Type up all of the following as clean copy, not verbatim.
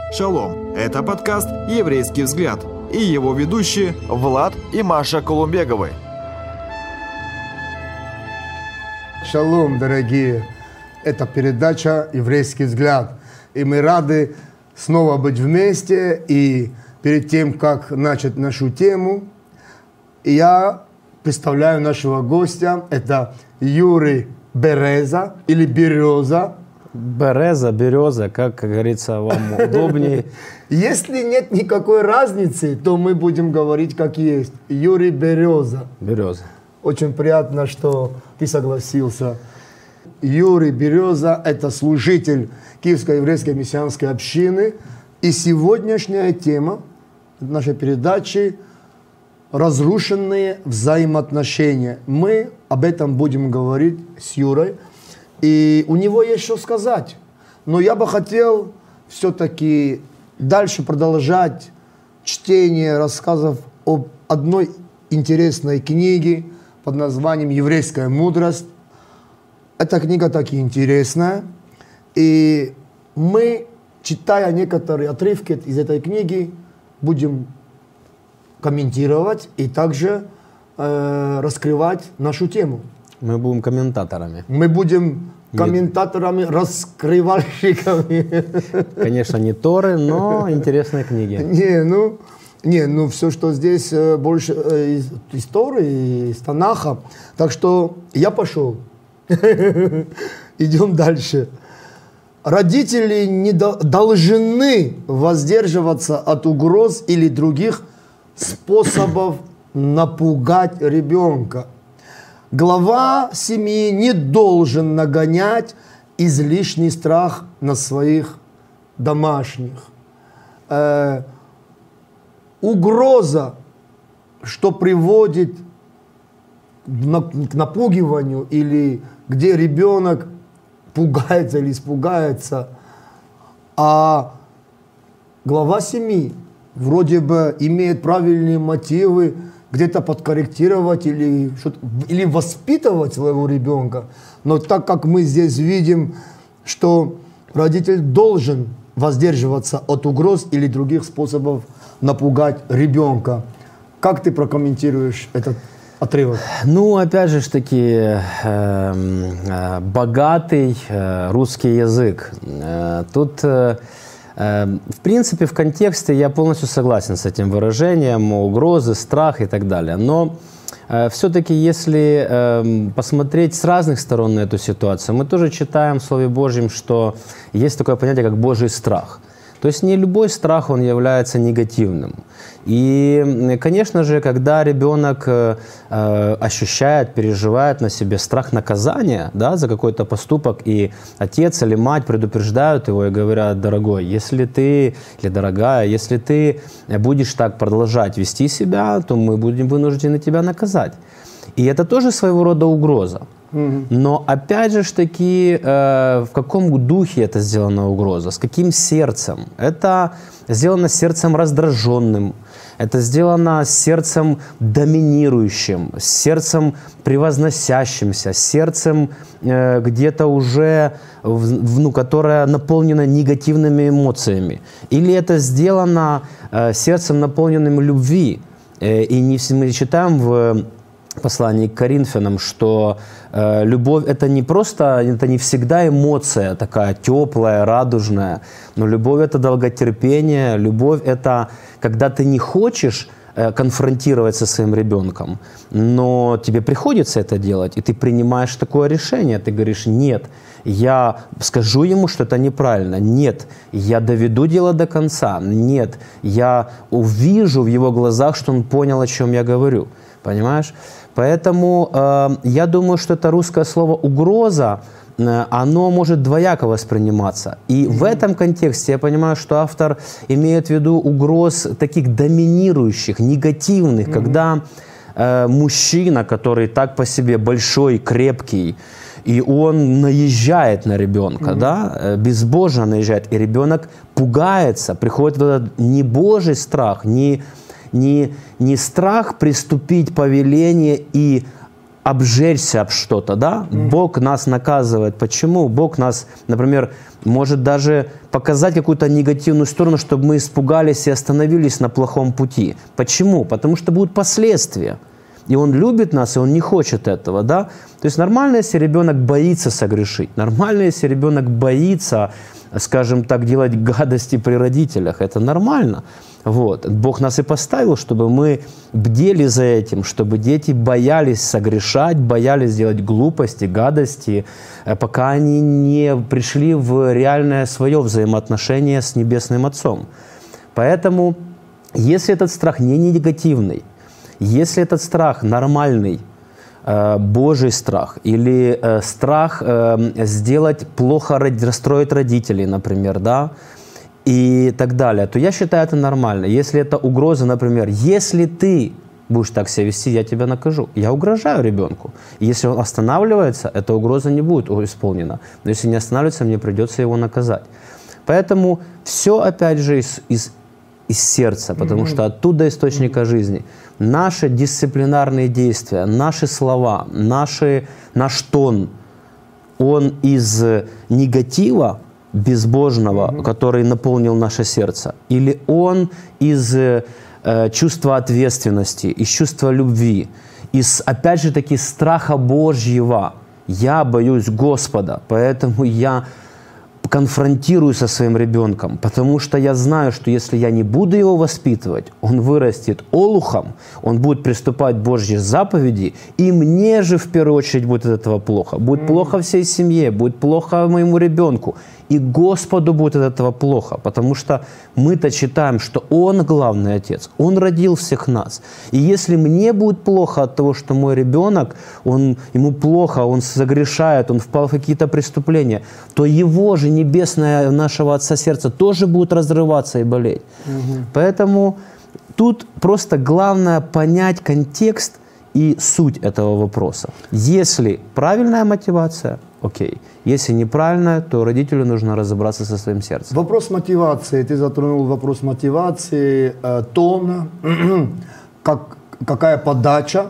Шалом! Это подкаст «Еврейский взгляд» и его ведущие Влад и Маша Колумбеговы. Шалом, дорогие! Это передача «Еврейский взгляд». И мы рады снова быть вместе. И перед тем, как начать нашу тему, я представляю нашего гостя. Это Юрий Береза или Береза. Береза, береза, как говорится, вам удобнее. Если нет никакой разницы, то мы будем говорить как есть. Юрий Береза. Береза. Очень приятно, что ты согласился. Юрий Береза – это служитель Киевской еврейской мессианской общины. И сегодняшняя тема нашей передачи – разрушенные взаимоотношения. Мы об этом будем говорить с Юрой. И у него есть что сказать. Но я бы хотел все-таки дальше продолжать чтение рассказов об одной интересной книге под названием «Еврейская мудрость». Эта книга таки интересная. И мы, читая некоторые отрывки из этой книги, будем комментировать и также раскрывать нашу тему. Мы будем комментаторами. Мы будем комментаторами, раскрывальщиками. Конечно, не Торы, но интересные книги. Ну все, что здесь больше из Торы, из Танаха. Так что я пошел. Идем дальше. Родители не должны воздерживаться от угроз или других способов напугать ребенка. Глава семьи не должен нагонять излишний страх на своих домашних. Угроза, что приводит к напугиванию, или где ребенок пугается или испугается, а глава семьи вроде бы имеет правильные мотивы где-то подкорректировать или воспитывать своего ребенка. Но так как мы здесь видим, что родитель должен воздерживаться от угроз или других способов напугать ребенка. Как ты прокомментируешь этот отрывок? Ну, опять же таки, богатый русский язык. Тут, в принципе, в контексте я полностью согласен с этим выражением, угрозы, страх и так далее. Но все-таки, если посмотреть с разных сторон на эту ситуацию, мы тоже читаем в Слове Божьем, что есть такое понятие, как Божий страх. То есть не любой страх, он является негативным. И, конечно же, когда ребенок ощущает, переживает на себе страх наказания, да, за какой-то поступок, и отец или мать предупреждают его и говорят: дорогой, если ты, или дорогая, если ты будешь так продолжать вести себя, то мы будем вынуждены тебя наказать. И это тоже своего рода угроза. Но опять же таки, в каком духе это сделана угроза, с каким сердцем? Это сделано сердцем раздраженным, это сделано сердцем доминирующим, сердцем превозносящимся, сердцем где-то уже, которое наполнено негативными эмоциями. Или это сделано сердцем, наполненным любви. И мы читаем в послании к Коринфянам, что любовь – это не просто, это не всегда эмоция такая теплая, радужная, но любовь – это долготерпение, любовь – это когда ты не хочешь конфронтировать со своим ребенком, но тебе приходится это делать, и ты принимаешь такое решение, ты говоришь: нет, я скажу ему, что это неправильно, нет, я доведу дело до конца, нет, я увижу в его глазах, что он понял, о чем я говорю, понимаешь? Поэтому я думаю, что это русское слово «угроза», оно может двояко восприниматься. И в этом контексте я понимаю, что автор имеет в виду угроз таких доминирующих, негативных, когда мужчина, который так по себе большой, крепкий, и он наезжает на ребенка, да, безбожно наезжает, и ребенок пугается, приходит этот не Божий страх, не страх приступить повеление и обжечься об что-то, да? Бог нас наказывает. Почему? Бог нас, например, может даже показать какую-то негативную сторону, чтобы мы испугались и остановились на плохом пути. Почему? Потому что будут последствия. И Он любит нас, и Он не хочет этого, да? То есть нормально, если ребенок боится согрешить. Нормально, если ребенок боится, скажем так, делать гадости при родителях. Это нормально. Вот. Бог нас и поставил, чтобы мы бдели за этим, чтобы дети боялись согрешать, боялись делать глупости, гадости, пока они не пришли в реальное свое взаимоотношение с Небесным Отцом. Поэтому, если этот страх не негативный, если этот страх нормальный, Божий страх, или страх сделать плохо, расстроить родителей, например, да, и так далее, то я считаю это нормально. Если это угроза, например, если ты будешь так себя вести, я тебя накажу. Я угрожаю ребенку. Если он останавливается, эта угроза не будет исполнена. Но если не останавливается, мне придется его наказать. Поэтому все, опять же, из сердца, потому что оттуда источника жизни. Наши дисциплинарные действия, наши слова, наш тон, он из негатива безбожного, который наполнил наше сердце, или он из чувства ответственности, из чувства любви, из, опять же таки, страха Божьего. Я боюсь Господа, поэтому я конфронтирую со своим ребенком, потому что я знаю, что если я не буду его воспитывать, он вырастет олухом, он будет приступать к Божьей заповеди, и мне же в первую очередь будет от этого плохо. Будет плохо всей семье, будет плохо моему ребенку, и Господу будет от этого плохо, потому что мы-то читаем, что Он главный Отец, Он родил всех нас. И если мне будет плохо от того, что мой ребенок, ему плохо, он согрешает, он впал в какие-то преступления, то его же небесное нашего Отца сердца тоже будет разрываться и болеть. Поэтому тут просто главное понять контекст и суть этого вопроса. Если правильная мотивация, окей. Если неправильная, то родителю нужно разобраться со своим сердцем. Вопрос мотивации. Ты затронул вопрос мотивации, тона, какая подача.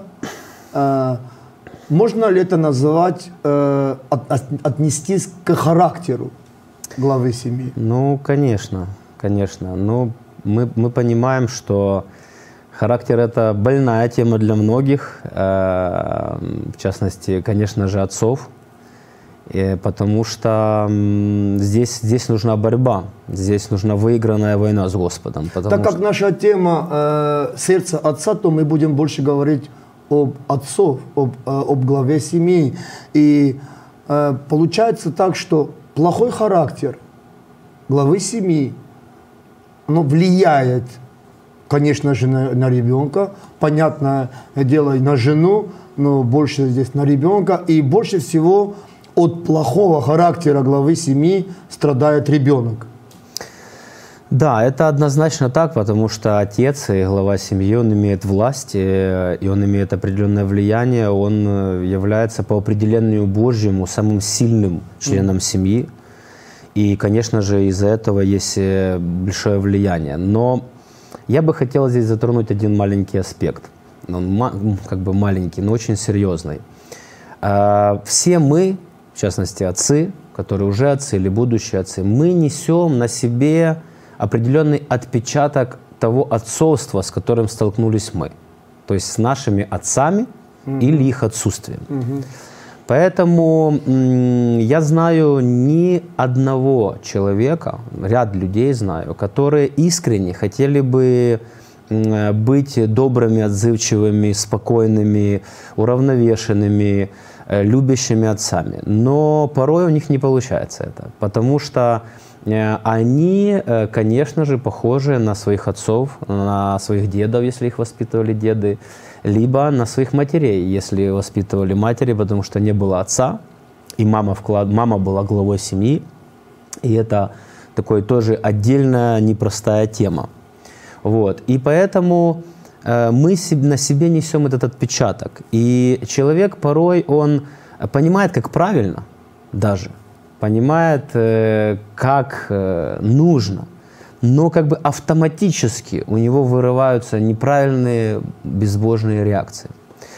Можно ли это назвать, отнестись к характеру главы семьи? Ну, конечно, конечно. Но мы понимаем, что характер – это больная тема для многих, в частности, конечно же, отцов. Потому что здесь нужна борьба, здесь нужна выигранная война с Господом. Так как наша тема «Сердце Отца», то мы будем больше говорить об отцов, об главе семьи. И получается так, что плохой характер главы семьи, оно влияет, конечно же, на ребенка, понятное дело, на жену, но больше здесь на ребенка, и больше всего от плохого характера главы семьи страдает ребенок. Да, это однозначно так, потому что отец и глава семьи, он имеет власть, и он имеет определенное влияние, он является по определению Божьему самым сильным членом семьи. И, конечно же, из-за этого есть большое влияние. Но я бы хотел здесь затронуть один маленький аспект. Он как бы маленький, но очень серьезный. Все мы, в частности, отцы, которые уже отцы или будущие отцы, мы несем на себе определенный отпечаток того отцовства, с которым столкнулись мы. То есть с нашими отцами или их отсутствием. Поэтому я знаю ни одного человека, ряд людей знаю, которые искренне хотели бы быть добрыми, отзывчивыми, спокойными, уравновешенными, любящими отцами. Но порой у них не получается это, потому что они, конечно же, похожи на своих отцов, на своих дедов, если их воспитывали деды, либо на своих матерей, если воспитывали матери, потому что не было отца, и мама была главой семьи, и это такой тоже отдельная непростая тема. Вот. И поэтому мы на себе несем этот отпечаток. И человек порой, он понимает, как правильно даже, понимает, как нужно, но как бы автоматически у него вырываются неправильные безбожные реакции.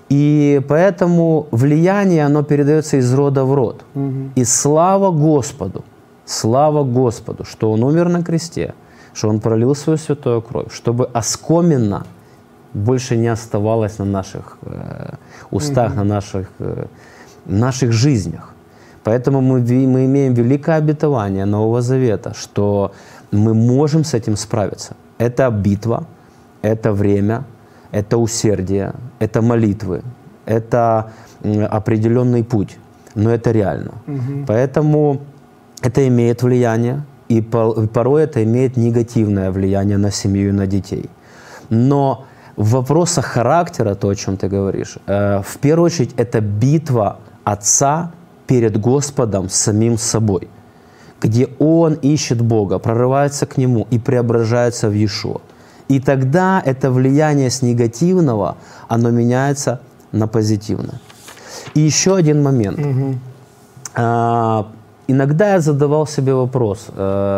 И поэтому влияние, оно передается из рода в род. И слава Господу, что Он умер на кресте, что Он пролил свою святую кровь, чтобы оскомина больше не оставалась на наших устах, на наших жизнях. Поэтому мы имеем великое обетование Нового Завета, что мы можем с этим справиться. Это битва, это время, это усердие, это молитвы, это определенный путь, но это реально. Поэтому это имеет влияние, и порой это имеет негативное влияние на семью и на детей. Но в вопросах характера, то, о чем ты говоришь, в первую очередь это битва отца перед Господом самим собой, где он ищет Бога, прорывается к Нему и преображается в Иешуа. И тогда это влияние с негативного, оно меняется на позитивное. И еще один момент. Иногда я задавал себе вопрос.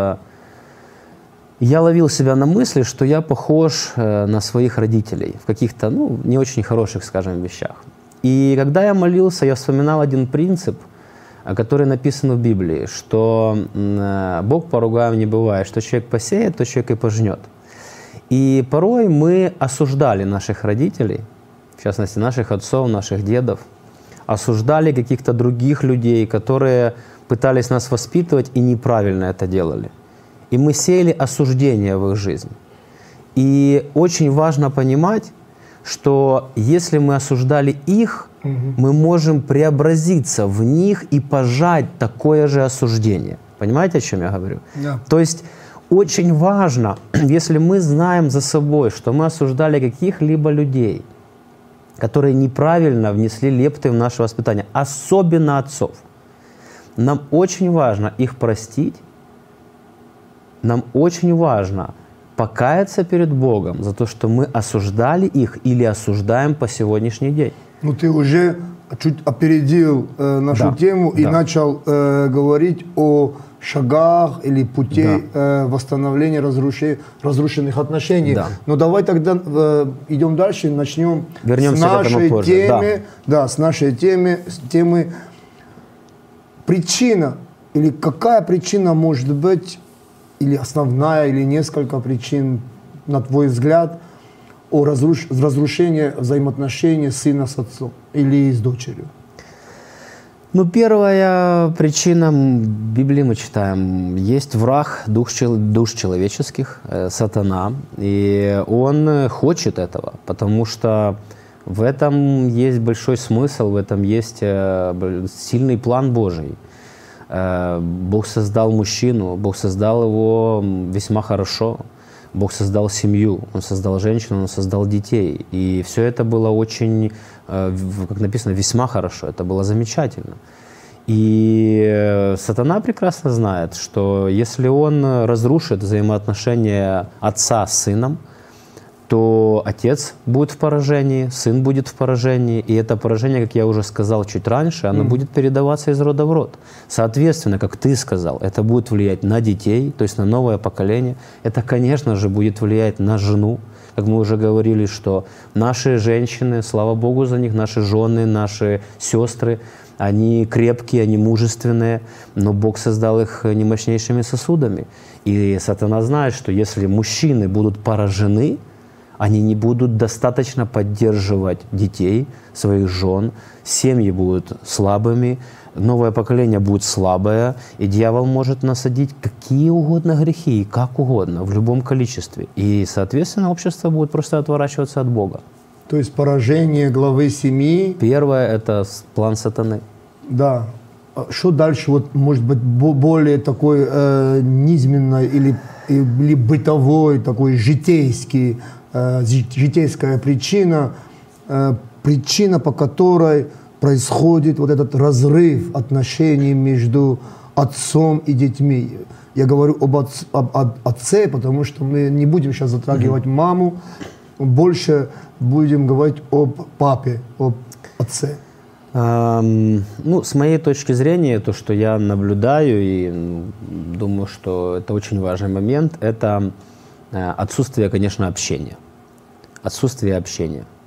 Я ловил себя на мысли, что я похож на своих родителей в каких-то, не очень хороших, скажем, вещах. И когда я молился, я вспоминал один принцип, который написан в Библии, что Бог поругаем не бывает, что человек посеет, то человек и пожнет. И порой мы осуждали наших родителей, в частности, наших отцов, наших дедов, осуждали каких-то других людей, которые пытались нас воспитывать и неправильно это делали. И мы сеяли осуждение в их жизнь. И очень важно понимать, что если мы осуждали их, мы можем преобразиться в них и пожать такое же осуждение. Понимаете, о чем я говорю? Да. То есть очень важно, если мы знаем за собой, что мы осуждали каких-либо людей, которые неправильно внесли лепты в наше воспитание, особенно отцов, нам очень важно их простить, нам очень важно покаяться перед Богом за то, что мы осуждали их или осуждаем по сегодняшний день. Ну, ты уже чуть опередил нашу тему и начал говорить о шагах или путей восстановления разрушенных отношений. Да. Но давай тогда идем дальше, начнем с нашей темы. Да, с нашей темы. Причина, или какая причина может быть, или основная, или несколько причин, на твой взгляд, о разрушении взаимоотношений сына с отцом или с дочерью? Первая причина, в Библии мы читаем, есть враг душ человеческих, сатана, и он хочет этого, потому что в этом есть большой смысл, в этом есть сильный план Божий. Бог создал мужчину, Бог создал его весьма хорошо. Бог создал семью, Он создал женщину, Он создал детей. И все это было очень, как написано, весьма хорошо. Это было замечательно. И сатана прекрасно знает, что если он разрушит взаимоотношения отца с сыном, то отец будет в поражении, сын будет в поражении, и это поражение, как я уже сказал чуть раньше, оно будет передаваться из рода в род. Соответственно, как ты сказал, это будет влиять на детей, то есть на новое поколение. Это, конечно же, будет влиять на жену. Как мы уже говорили, что наши женщины, слава Богу за них, наши жены, наши сестры, они крепкие, они мужественные, но Бог создал их немощнейшими сосудами. И сатана знает, что если мужчины будут поражены, они не будут достаточно поддерживать детей, своих жен, семьи будут слабыми, новое поколение будет слабое, и дьявол может насадить какие угодно грехи, как угодно, в любом количестве. И, соответственно, общество будет просто отворачиваться от Бога. То есть поражение главы семьи. Первое – это план сатаны. Да. Что дальше, может быть, более такой низменной или бытовой, такой житейская причина, по которой происходит вот этот разрыв отношений между отцом и детьми. Я говорю об отце, потому что мы не будем сейчас затрагивать маму, больше будем говорить об папе, об отце. С моей точки зрения, то, что я наблюдаю и думаю, что это очень важный момент, это отсутствие, конечно, общения. Отсутствие общения.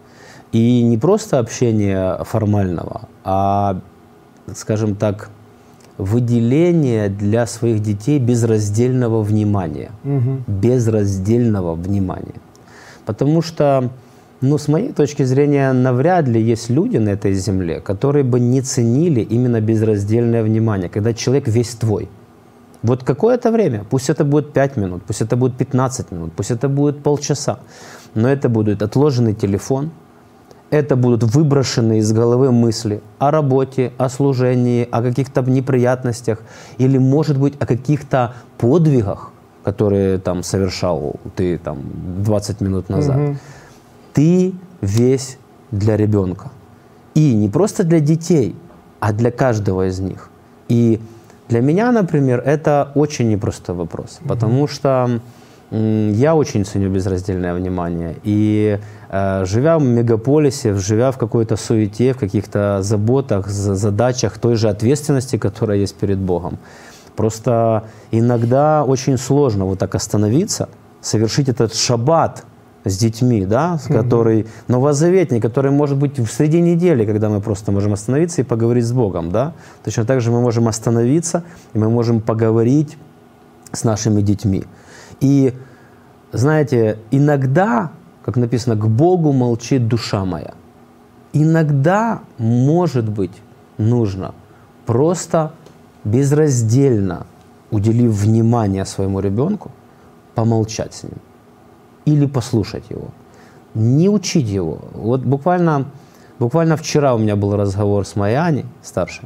И не просто общение формального, а, скажем так, выделение для своих детей безраздельного внимания. Безраздельного внимания. Потому что, ну, с моей точки зрения, навряд ли есть люди на этой земле, которые бы не ценили именно безраздельное внимание, когда человек весь твой. Вот какое-то время, пусть это будет 5 минут, пусть это будет 15 минут, пусть это будет полчаса, но это будет отложенный телефон, это будут выброшенные из головы мысли о работе, о служении, о каких-то неприятностях или, может быть, о каких-то подвигах, которые там совершал ты там 20 минут назад. Ты весь для ребенка. И не просто для детей, а для каждого из них. И для меня, например, это очень непростой вопрос, потому что я очень ценю безраздельное внимание. И живя в мегаполисе, живя в какой-то суете, в каких-то заботах, задачах, той же ответственности, которая есть перед Богом, просто иногда очень сложно вот так остановиться, совершить этот шаббат с детьми, да, который новозаветный, который может быть в среди недели, когда мы просто можем остановиться и поговорить с Богом. Да? Точно так же мы можем остановиться, и мы можем поговорить с нашими детьми. И, знаете, иногда, как написано, к Богу молчит душа моя. Иногда, может быть, нужно просто безраздельно, уделив внимание своему ребенку, помолчать с ним или послушать его, не учить его. Вот буквально вчера у меня был разговор с моей Аней, старшей,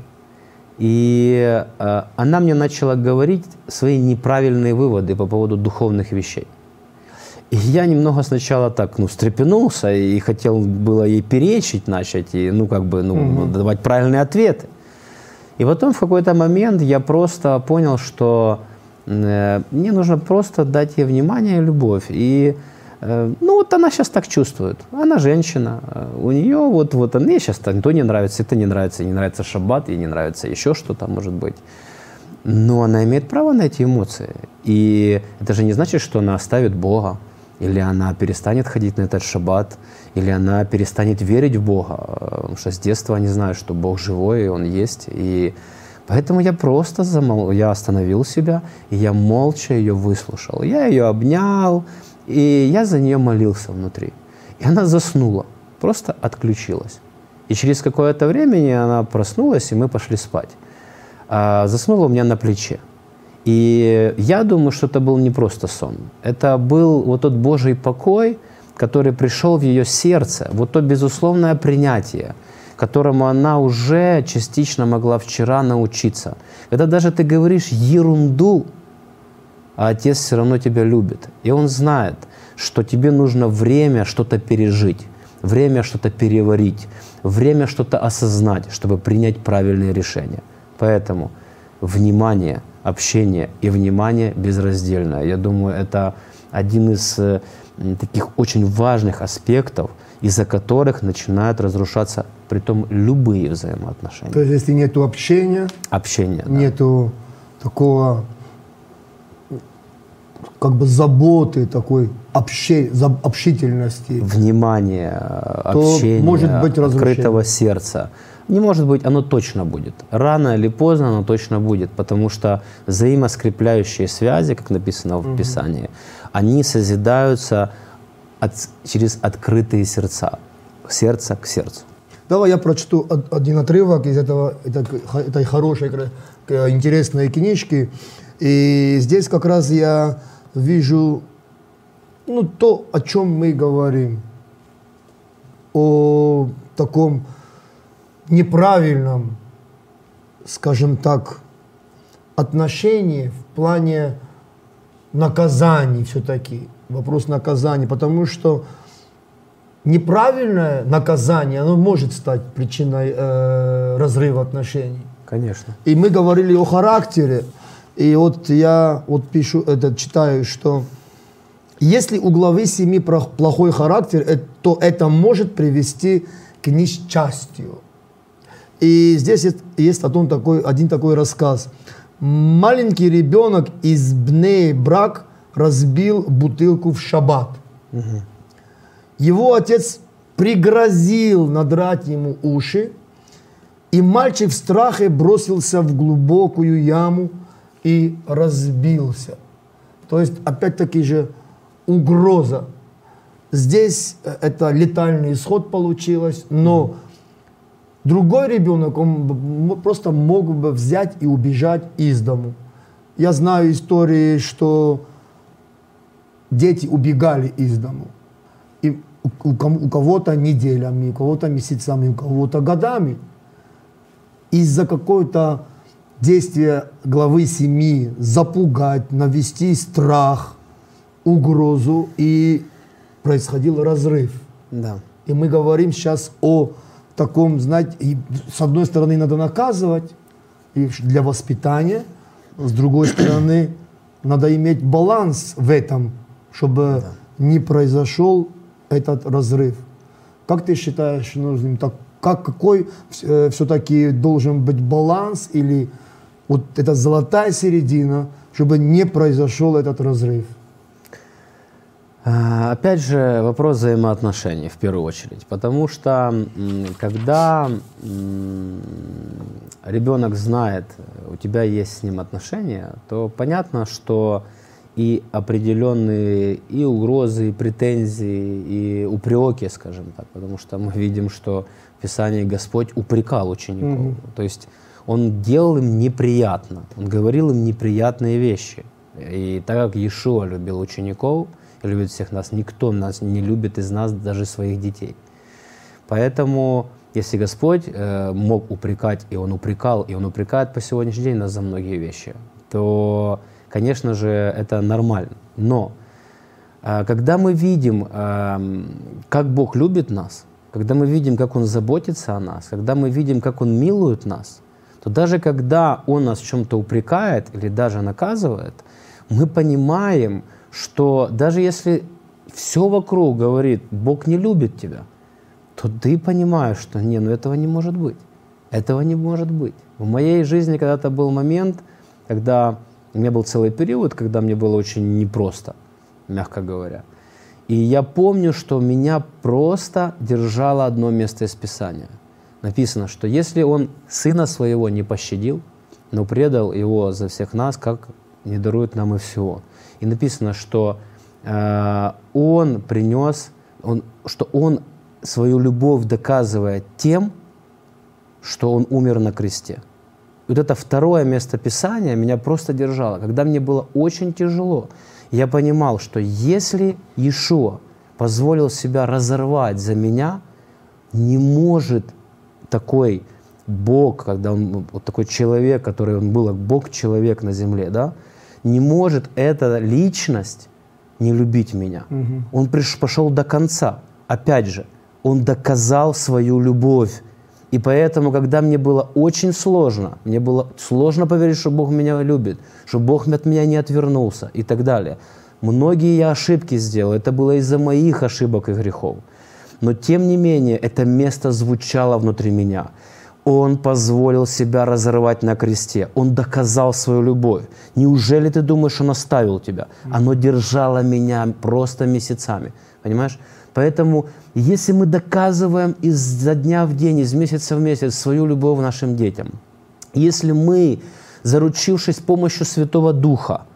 и она мне начала говорить свои неправильные выводы по поводу духовных вещей. И я немного сначала так, встрепенулся и хотел было ей перечить, начать, и, давать правильные ответы. И потом в какой-то момент я просто понял, что мне нужно просто дать ей внимание и любовь. И она сейчас так чувствует. Она женщина. У нее ей сейчас то не нравится, это не нравится. Ей не нравится шаббат, ей не нравится еще что-то, может быть. Но она имеет право на эти эмоции. И это же не значит, что она оставит Бога. Или она перестанет ходить на этот шаббат. Или она перестанет верить в Бога. Потому что с детства они знают, что Бог живой, и Он есть. И поэтому я просто я остановил себя, и я молча ее выслушал. Я ее обнял, и я за нее молился внутри. И она заснула, просто отключилась. И через какое-то время она проснулась, и мы пошли спать. Заснула у меня на плече. И я думаю, что это был не просто сон. Это был вот тот Божий покой, который пришел в ее сердце, вот то безусловное принятие, которому она уже частично могла вчера научиться. Когда даже ты говоришь ерунду, а Отец все равно тебя любит. И Он знает, что тебе нужно время что-то пережить, время что-то переварить, время что-то осознать, чтобы принять правильные решения. Поэтому внимание, общение и внимание безраздельное. Я думаю, это один из таких очень важных аспектов, из-за которых начинают разрушаться притом любые взаимоотношения. То есть, если нет общения, нету такого заботы, такой общительности, внимания, общения, может быть открытого сердца. Не может быть, оно точно будет. Рано или поздно оно точно будет, потому что взаимоскрепляющие связи, как написано в Писании, они созидаются через открытые сердца, сердце к сердцу. Давай я прочту один отрывок из этой хорошей, интересной книжки. И здесь как раз я вижу то, о чем мы говорим. О таком неправильном, скажем так, отношении в плане наказаний все-таки. Вопрос наказания. Потому что неправильное наказание, оно может стать причиной разрыва отношений. Конечно. И мы говорили о характере. И я пишу, читаю, что если у главы 7 плохой характер, то это может привести к несчастью. И здесь есть один такой рассказ. Маленький ребенок из Бней-Брак разбил бутылку в шаббат. Его отец пригрозил надрать ему уши, и мальчик в страхе бросился в глубокую яму и разбился. То есть, опять-таки же, угроза. Здесь это летальный исход получилось, но другой ребенок, он просто мог бы взять и убежать из дому. Я знаю истории, что дети убегали из дому. И у кого-то неделями, у кого-то месяцами, у кого-то годами. Из-за какого-то действия главы семьи запугать, навести страх, угрозу, и происходил разрыв. Да. И мы говорим сейчас о таком, знаете, и с одной стороны надо наказывать и для воспитания, с другой стороны надо иметь баланс в этом, чтобы не произошел этот разрыв. Как ты считаешь нужным? Какой все-таки должен быть баланс или вот эта золотая середина, чтобы не произошел этот разрыв? Опять же, вопрос взаимоотношений в первую очередь. Потому что когда ребенок знает, у тебя есть с ним отношения, то понятно, что и определенные и угрозы, и претензии, и упреки, скажем так. Потому что мы видим, что в Писании Господь упрекал учеников. То есть Он делал им неприятно, Он говорил им неприятные вещи. И так как Иешуа любил учеников, любит всех нас, никто нас не любит из нас, даже своих детей. Поэтому, если Господь мог упрекать, и Он упрекал, и Он упрекает по сегодняшний день нас за многие вещи, то, конечно же, это нормально. Но когда мы видим, как Бог любит нас, когда мы видим, как Он заботится о нас, когда мы видим, как Он милует нас, то даже когда Он нас в чем-то упрекает или даже наказывает, мы понимаем, что даже если все вокруг говорит, Бог не любит тебя, то ты понимаешь, что этого не может быть. Этого не может быть. В моей жизни когда-то был момент, когда у меня был целый период, когда мне было очень непросто, мягко говоря. И я помню, что меня просто держало одно место из Писания. Написано, что если Он Сына Своего не пощадил, но предал Его за всех нас, как не дарует нам и всего. И написано, что Он принес, что Он свою любовь доказывает тем, что Он умер на кресте. И вот это второе место Писания меня просто держало. Когда мне было очень тяжело, я понимал, что если Иешуа позволил себя разорвать за меня, не может такой Бог, когда Он вот такой человек, который Он был, Бог-человек на земле, да, не может эта личность не любить меня. Он пошел до конца. Опять же, Он доказал свою любовь. И поэтому, когда мне было очень сложно, мне было сложно поверить, что Бог меня любит, что Бог от меня не отвернулся и так далее. Многие я ошибки сделал, это было из-за моих ошибок и грехов. Но тем не менее, это место звучало внутри меня. Он позволил себя разорвать на кресте. Он доказал свою любовь. Неужели ты думаешь, Он оставил тебя? Оно держало меня просто месяцами. Понимаешь? Поэтому, если мы доказываем изо дня в день, из месяца в месяц свою любовь нашим детям, если мы, заручившись помощью Святого Духа,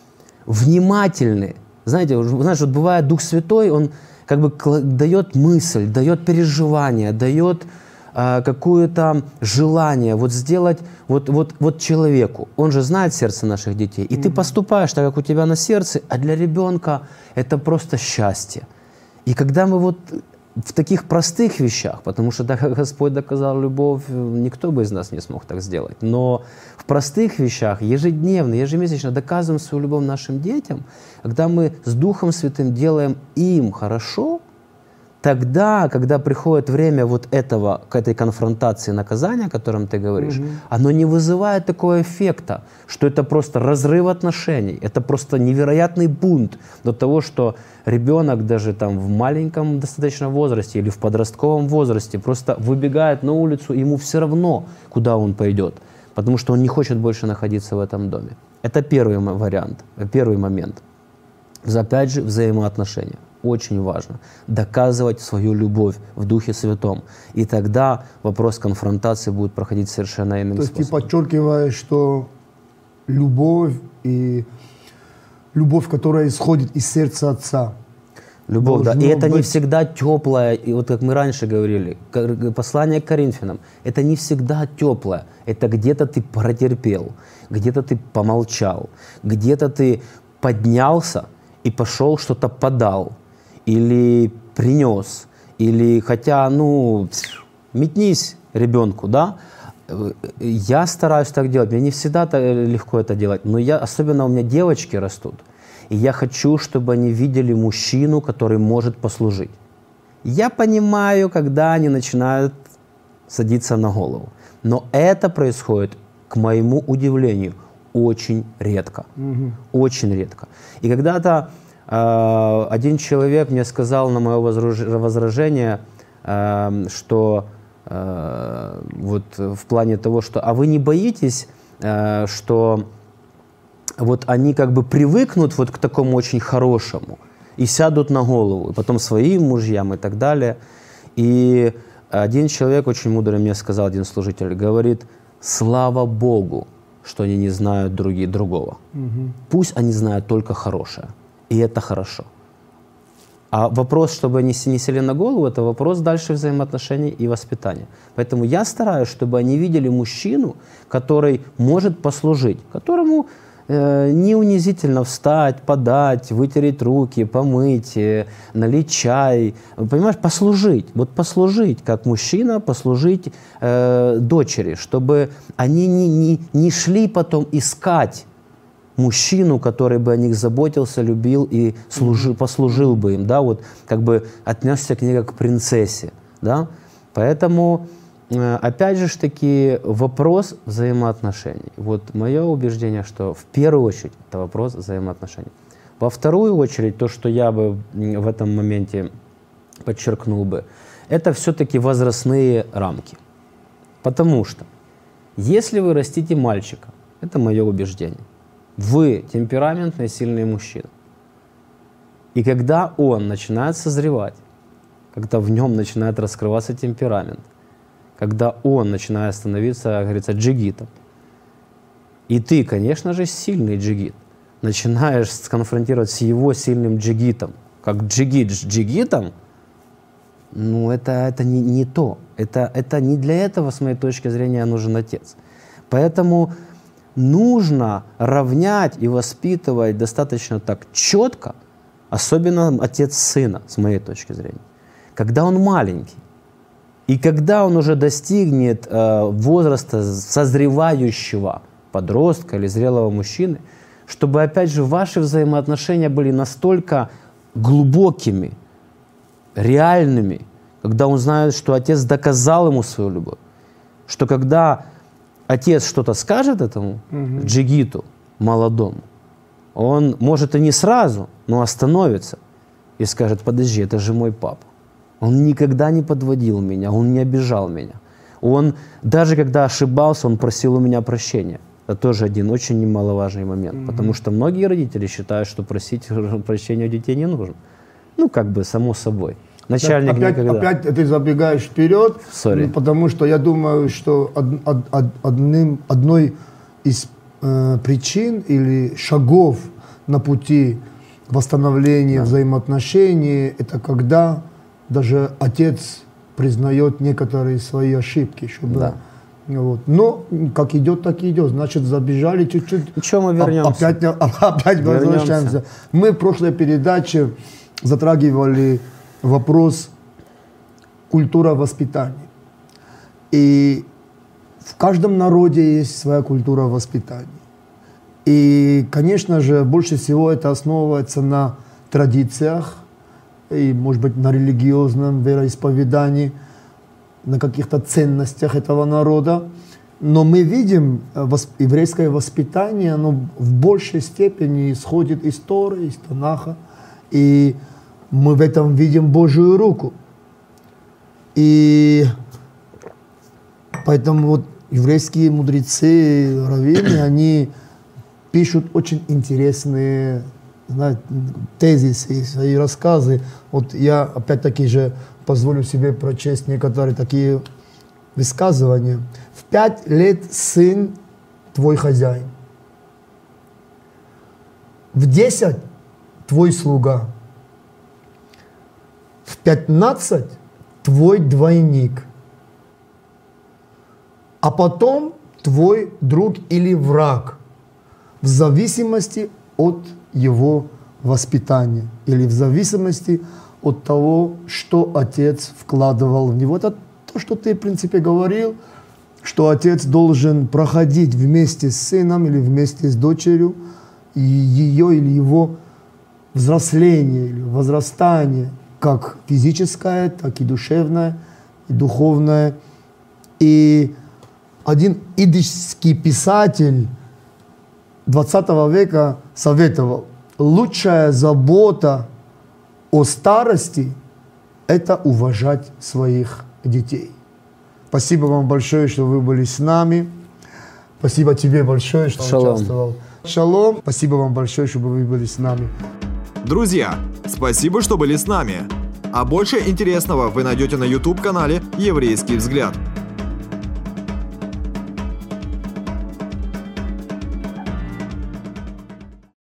внимательны, знаете, вот бывает Дух Святой, Он как бы дает мысль, дает переживание, дает какое-то желание вот сделать вот человеку. Он же знает сердце наших детей. И ты поступаешь так, как у тебя на сердце, а для ребенка это просто счастье. И когда мы вот в таких простых вещах, потому что так как Господь доказал любовь, никто бы из нас не смог так сделать. Но в простых вещах ежедневно, ежемесячно доказываем свою любовь нашим детям, когда мы с Духом Святым делаем им хорошо, тогда, когда приходит время вот этого, к этой конфронтации наказания, о котором ты говоришь, оно не вызывает такого эффекта, что это просто разрыв отношений, это просто невероятный бунт до того, что ребенок даже там в маленьком достаточно возрасте или в подростковом возрасте просто выбегает на улицу, и ему все равно, куда он пойдет, потому что он не хочет больше находиться в этом доме. Это первый вариант, первый момент. Опять же, взаимоотношения. очень важно. Доказывать свою любовь в Духе Святом. И тогда вопрос конфронтации будет проходить совершенно иным способом. То есть ты подчеркиваешь, что любовь, которая исходит из сердца Отца. Любовь, да. И это не быть... всегда теплая, и вот как мы раньше говорили, послание к Коринфянам, это не всегда теплое, это где-то ты протерпел, где-то ты помолчал, где-то ты поднялся и пошел что-то подал, или принес, или хотя, метнись ребенку, да. Я стараюсь так делать, мне не всегда легко это делать, но особенно у меня девочки растут. И я хочу, чтобы они видели мужчину, который может послужить. Я понимаю, когда они начинают садиться на голову. Но это происходит, к моему удивлению, очень редко. Очень редко. И когда-то один человек мне сказал на мое возражение, что вот в плане того, что «а вы не боитесь, что вот они как бы привыкнут вот к такому очень хорошему и сядут на голову, и потом своим мужьям и так далее». И один человек очень мудрый мне сказал, один служитель, говорит: «Слава Богу, что они не знают другого. Пусть они знают только хорошее, и это хорошо». А вопрос, чтобы они не сели на голову, это вопрос дальше взаимоотношений и воспитания. Поэтому я стараюсь, чтобы они видели мужчину, который может послужить, которому не унизительно встать, подать, вытереть руки, помыть, налить чай. Понимаешь, послужить. Вот послужить, как мужчина, послужить дочери, чтобы они не шли потом искать мужчину, который бы о них заботился, любил и послужил бы им, да, вот как бы отнесся к ней как к принцессе, да. Поэтому опять же таки вопрос взаимоотношений. Вот мое убеждение, что в первую очередь это вопрос взаимоотношений. Во вторую очередь, то, что я бы в этом моменте подчеркнул бы, это все-таки возрастные рамки. Потому что если вы растите мальчика, это мое убеждение, вы темпераментный, сильный мужчина. И когда он начинает созревать, когда в нем начинает раскрываться темперамент, когда он начинает становиться, как говорится, джигитом. И ты, конечно же, сильный джигит. Начинаешь конфронтировать с его сильным джигитом. Как джигит с джигитом, это не то. Это не для этого, с моей точки зрения, нужен отец. Поэтому нужно равнять и воспитывать достаточно так четко, особенно отец сына, с моей точки зрения. Когда он маленький. И когда он уже достигнет возраста созревающего подростка или зрелого мужчины, чтобы, опять же, ваши взаимоотношения были настолько глубокими, реальными, когда он знает, что отец доказал ему свою любовь, что когда отец что-то скажет этому джигиту молодому, он, может, и не сразу, но остановится и скажет: подожди, это же мой папа. Он никогда не подводил меня, он не обижал меня. Он, даже когда ошибался, он просил у меня прощения. Это тоже один очень немаловажный момент, потому что многие родители считают, что просить прощения у детей не нужно. Само собой. Начальник никогда. Опять ты забегаешь вперед, потому что я думаю, что одной из причин или шагов на пути восстановления взаимоотношений, это когда даже отец признает некоторые свои ошибки, чтобы вот. Но как идет, так и идет. Значит, забежали чуть-чуть. Ничего, мы вернемся. Опять возвращаемся. Мы в прошлой передаче затрагивали вопрос культуры воспитания. И в каждом народе есть своя культура воспитания. И, конечно же, больше всего это основывается на традициях, и, может быть, на религиозном вероисповедании, на каких-то ценностях этого народа. Но мы видим, еврейское воспитание, оно в большей степени исходит из Торы, из Танаха. И мы в этом видим Божию руку. И поэтому вот еврейские мудрецы, раввины, они пишут очень интересные знаете, тезисы, свои рассказы. Вот я опять-таки же позволю себе прочесть некоторые такие высказывания. В 5 лет сын твой хозяин. В 10 твой слуга. В 15 твой двойник. А потом твой друг или враг. В зависимости от его воспитания. Или в зависимости от того, что отец вкладывал в него. Это то, что ты, в принципе, говорил, что отец должен проходить вместе с сыном или вместе с дочерью ее или его взросление или возрастание, как физическое, так и душевное, и духовное. И один идишский писатель 20 века советовал: лучшая забота о старости – это уважать своих детей. Спасибо вам большое, что вы были с нами. Спасибо тебе большое, что участвовал. Шалом. Спасибо вам большое, что вы были с нами. Друзья, спасибо, что были с нами. А больше интересного вы найдете на YouTube-канале «Еврейский взгляд».